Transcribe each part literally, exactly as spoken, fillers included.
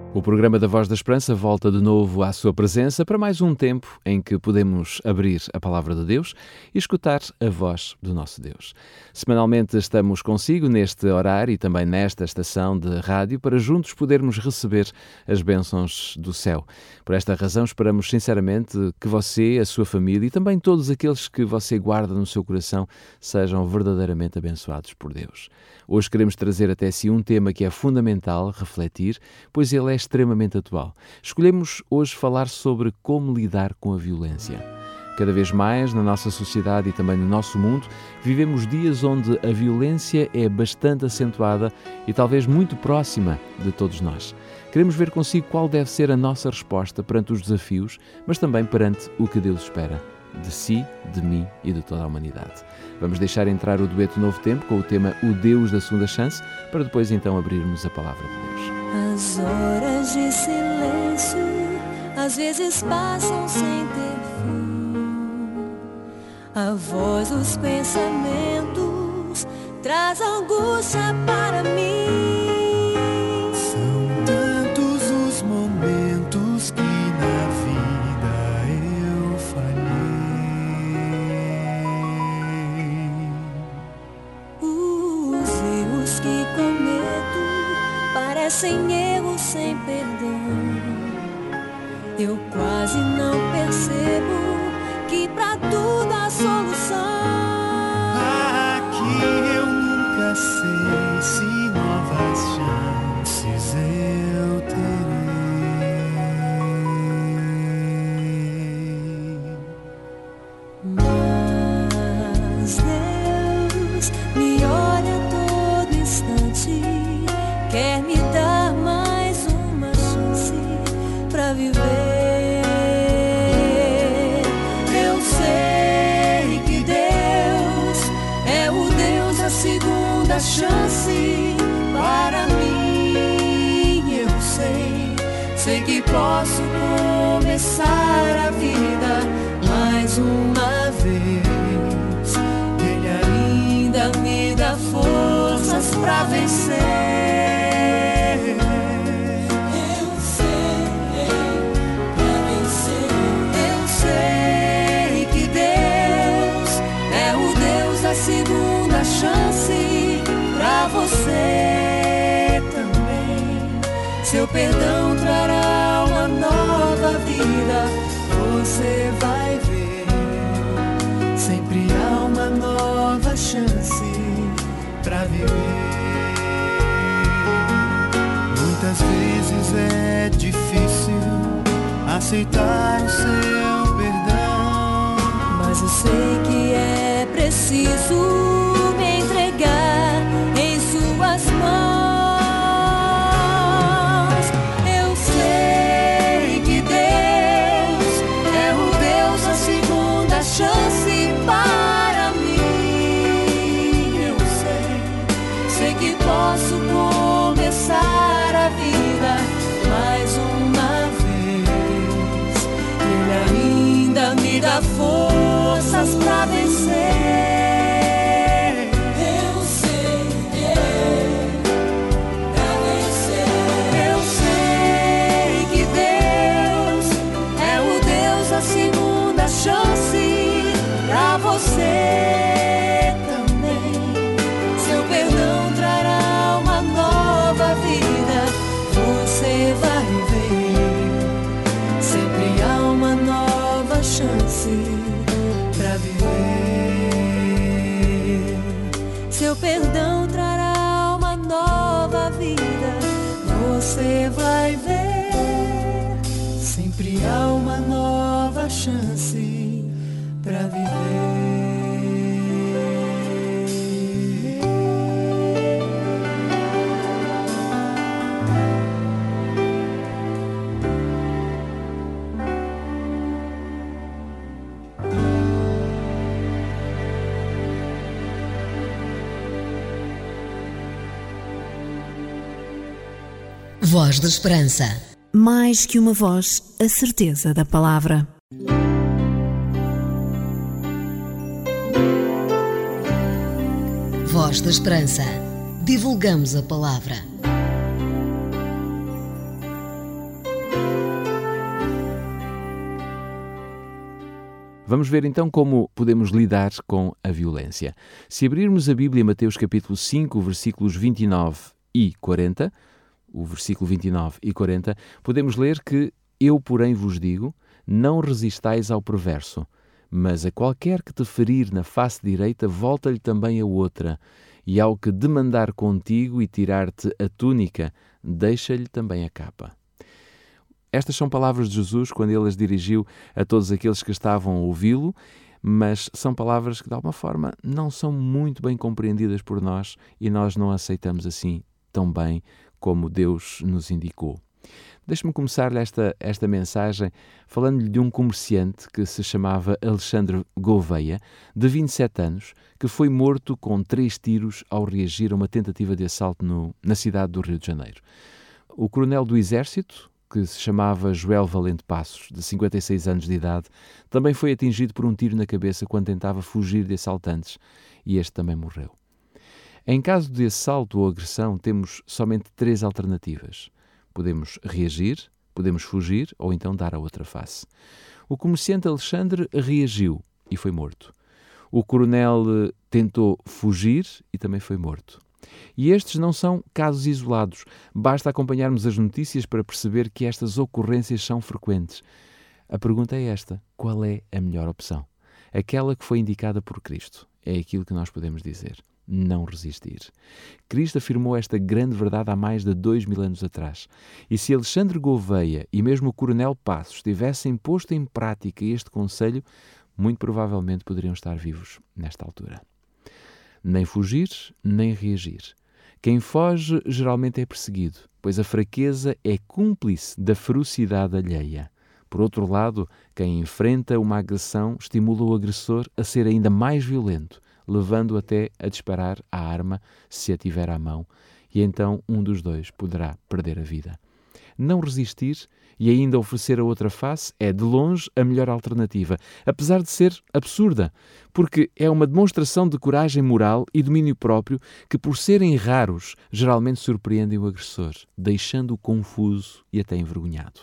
O programa da Voz da Esperança volta de novo à sua presença para mais um tempo em que podemos abrir a Palavra de Deus e escutar a voz do nosso Deus. Semanalmente estamos consigo neste horário e também nesta estação de rádio para juntos podermos receber as bênçãos do céu. Por esta razão esperamos sinceramente que você, a sua família e também todos aqueles que você guarda no seu coração sejam verdadeiramente abençoados por Deus. Hoje queremos trazer até si um tema que é fundamental refletir, pois ele é extremamente atual. Escolhemos hoje falar sobre como lidar com a violência. Cada vez mais, na nossa sociedade e também no nosso mundo, vivemos dias onde a violência é bastante acentuada e talvez muito próxima de todos nós. Queremos ver consigo qual deve ser a nossa resposta perante os desafios, mas também perante o que Deus espera de si, de mim e de toda a humanidade. Vamos deixar entrar o dueto Novo Tempo com o tema O Deus da Segunda Chance, para depois então abrirmos a Palavra de Deus. As horas de silêncio às vezes passam sem ter fim. A voz dos pensamentos traz angústia para mim. São tantos os momentos que na vida eu falhei. Os erros que cometo parecem erros sem perdão. Eu quase não percebo que pra tudo há solução. Aqui eu nunca sei se novas chances eu terei. Mas Deus me olha a todo instante, quer me dar mais uma chance pra viver. Eu sei que Deus é o Deus da segunda chance para mim. Eu sei, sei que posso começar a vida mais uma vez. Ele ainda me dá forças pra vencer. Segunda chance pra você também. Seu perdão trará uma nova vida. Você vai ver, sempre há uma nova chance pra viver. Muitas vezes é difícil aceitar o seu perdão, mas eu sei que é preciso me entregar em suas mãos. Eu sei que Deus é o Deus da segunda chance para mim. Eu sei, sei que posso começar a vida mais uma vez. Ele ainda me dá forças pra vencer. Chance pra você também. Seu perdão trará uma nova vida. Você vai ver, sempre há uma nova chance pra viver. Seu perdão trará uma nova vida. Você vai ver, sempre há uma nova chance pra viver. Voz da Esperança. Mais que uma voz, a certeza da palavra. Voz da Esperança. Divulgamos a palavra. Vamos ver então como podemos lidar com a violência. Se abrirmos a Bíblia, Mateus capítulo cinco, versículos vinte e nove e quarenta, o versículo vinte e nove e quarenta, podemos ler que eu, porém, vos digo, não resistais ao perverso, mas a qualquer que te ferir na face direita, volta-lhe também a outra, e ao que demandar contigo e tirar-te a túnica, deixa-lhe também a capa. Estas são palavras de Jesus quando ele as dirigiu a todos aqueles que estavam a ouvi-lo, mas são palavras que, de alguma forma, não são muito bem compreendidas por nós e nós não aceitamos assim tão bem como Deus nos indicou. Deixe-me começar esta, esta mensagem falando-lhe de um comerciante que se chamava Alexandre Gouveia, de vinte e sete anos, que foi morto com três tiros ao reagir a uma tentativa de assalto no, na cidade do Rio de Janeiro. O coronel do Exército, que se chamava Joel Valente Passos, de cinquenta e seis anos de idade, também foi atingido por um tiro na cabeça quando tentava fugir de assaltantes, e este também morreu. Em caso de assalto ou agressão, temos somente três alternativas. Podemos reagir, podemos fugir ou então dar a outra face. O comerciante Alexandre reagiu e foi morto. O coronel tentou fugir e também foi morto. E estes não são casos isolados. Basta acompanharmos as notícias para perceber que estas ocorrências são frequentes. A pergunta é esta: qual é a melhor opção? Aquela que foi indicada por Cristo. É aquilo que nós podemos dizer. Não resistir. Cristo afirmou esta grande verdade há mais de dois mil anos atrás. E se Alexandre Gouveia e mesmo o coronel Passos tivessem posto em prática este conselho, muito provavelmente poderiam estar vivos nesta altura. Nem fugir, nem reagir. Quem foge geralmente é perseguido, pois a fraqueza é cúmplice da ferocidade alheia. Por outro lado, quem enfrenta uma agressão estimula o agressor a ser ainda mais violento, levando até a disparar a arma se a tiver à mão, e então um dos dois poderá perder a vida. Não resistir e ainda oferecer a outra face é, de longe, a melhor alternativa, apesar de ser absurda, porque é uma demonstração de coragem moral e domínio próprio que, por serem raros, geralmente surpreendem o agressor, deixando-o confuso e até envergonhado.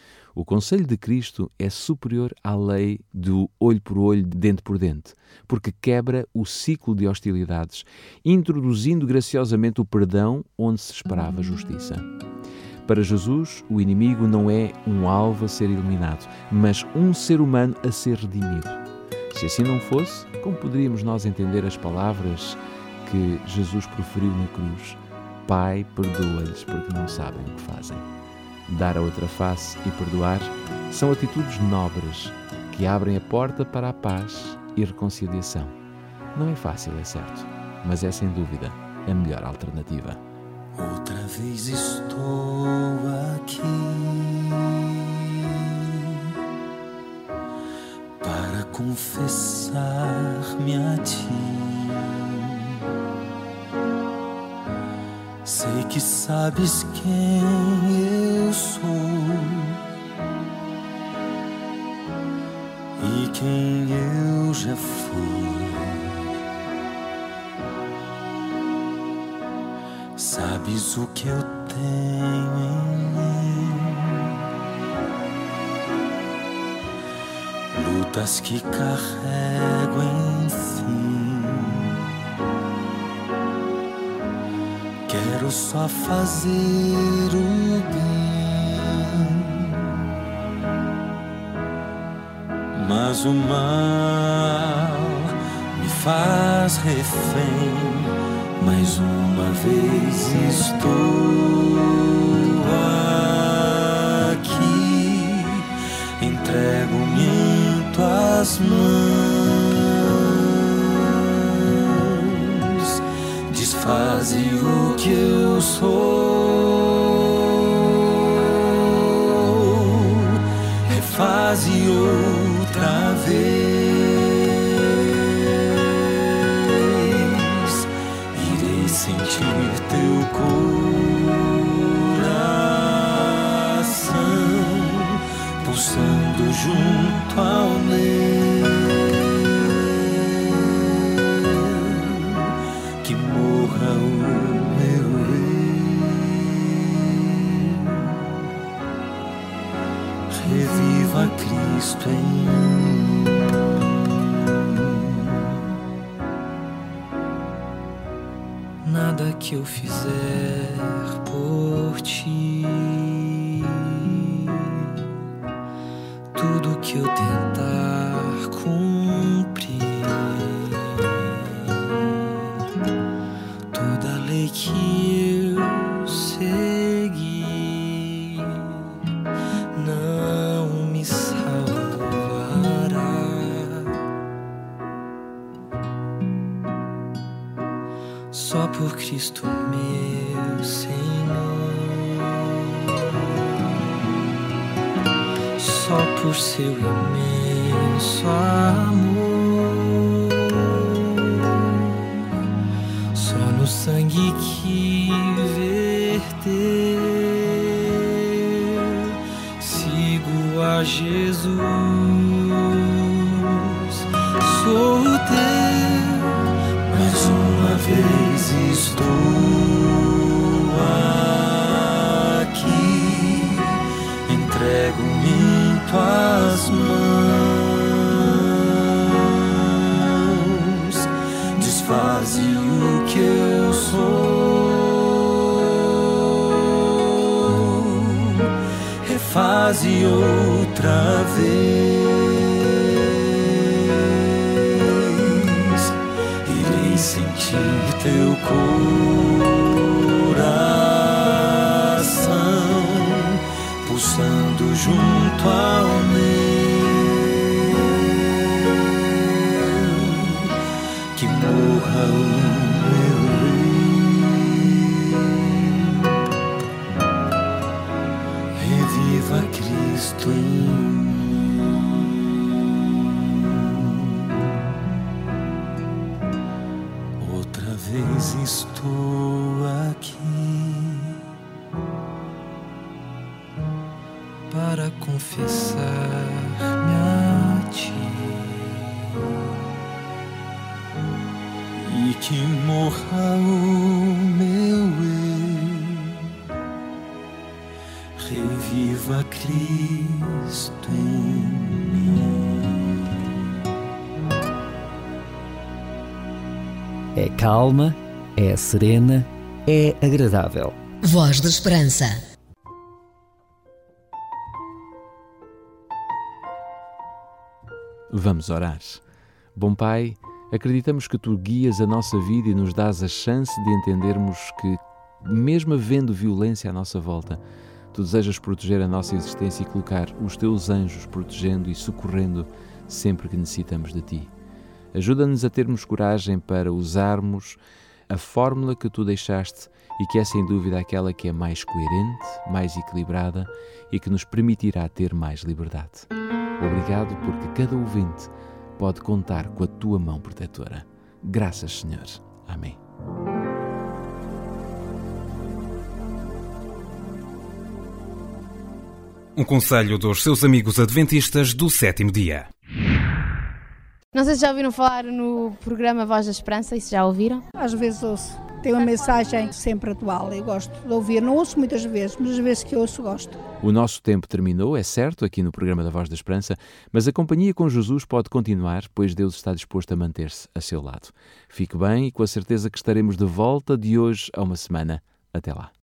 O conselho de Cristo é superior à lei do olho por olho, dente por dente, porque quebra o ciclo de hostilidades, introduzindo graciosamente o perdão onde se esperava justiça. Para Jesus, o inimigo não é um alvo a ser eliminado, mas um ser humano a ser redimido. Se assim não fosse, como poderíamos nós entender as palavras que Jesus proferiu na cruz? Pai, perdoa-lhes porque não sabem o que fazem. Dar a outra face e perdoar são atitudes nobres que abrem a porta para a paz e reconciliação. Não é fácil, é certo, mas é sem dúvida a melhor alternativa. Outra vez estou aqui para confessar-me a ti. Sei que sabes quem eu sou e quem eu já fui. Sabes o que eu tenho em mim, lutas que carrego em si. Quero só fazer o bem, mas o mal me faz refém. Mais uma vez estou aqui, entrego-me em tuas mãos, desfaze o que eu sou, refaze outra vez. Sentir teu coração pulsando junto ao meu, que morra o meu eu, reviva Cristo em mim. que eu fizer por ti, tudo que eu tentar cumprir, toda lei que eu seguir não me salvará. Só por Cristo meu Senhor, só por seu imenso amor, só no sangue que verteu, sigo a Jesus. Sou teu, mais uma vez estou aqui, entrego-me em tuas mãos, desfaze o que eu sou, refaze outra vez. Sentir teu coração pulsando junto ao meu, que morra o meu rei, reviva Cristo em mim. Estou aqui para confessar-me a ti, e que morra o meu eu, reviva Cristo em mim. É calma, é serena, é agradável. Voz da Esperança. Vamos orar. Bom Pai, acreditamos que Tu guias a nossa vida e nos dás a chance de entendermos que, mesmo havendo violência à nossa volta, Tu desejas proteger a nossa existência e colocar os Teus anjos protegendo e socorrendo sempre que necessitamos de Ti. Ajuda-nos a termos coragem para usarmos a fórmula que Tu deixaste e que é sem dúvida aquela que é mais coerente, mais equilibrada e que nos permitirá ter mais liberdade. Obrigado porque cada ouvinte pode contar com a Tua mão protetora. Graças, Senhor. Amém. Um conselho dos seus amigos adventistas do sétimo dia. Não sei se já ouviram falar no programa Voz da Esperança, e se já ouviram? Às vezes ouço. Tem uma mensagem sempre atual. Eu gosto de ouvir. Não ouço muitas vezes, mas as vezes que ouço, gosto. O nosso tempo terminou, é certo, aqui no programa da Voz da Esperança, mas a companhia com Jesus pode continuar, pois Deus está disposto a manter-se a seu lado. Fique bem e com a certeza que estaremos de volta de hoje a uma semana. Até lá.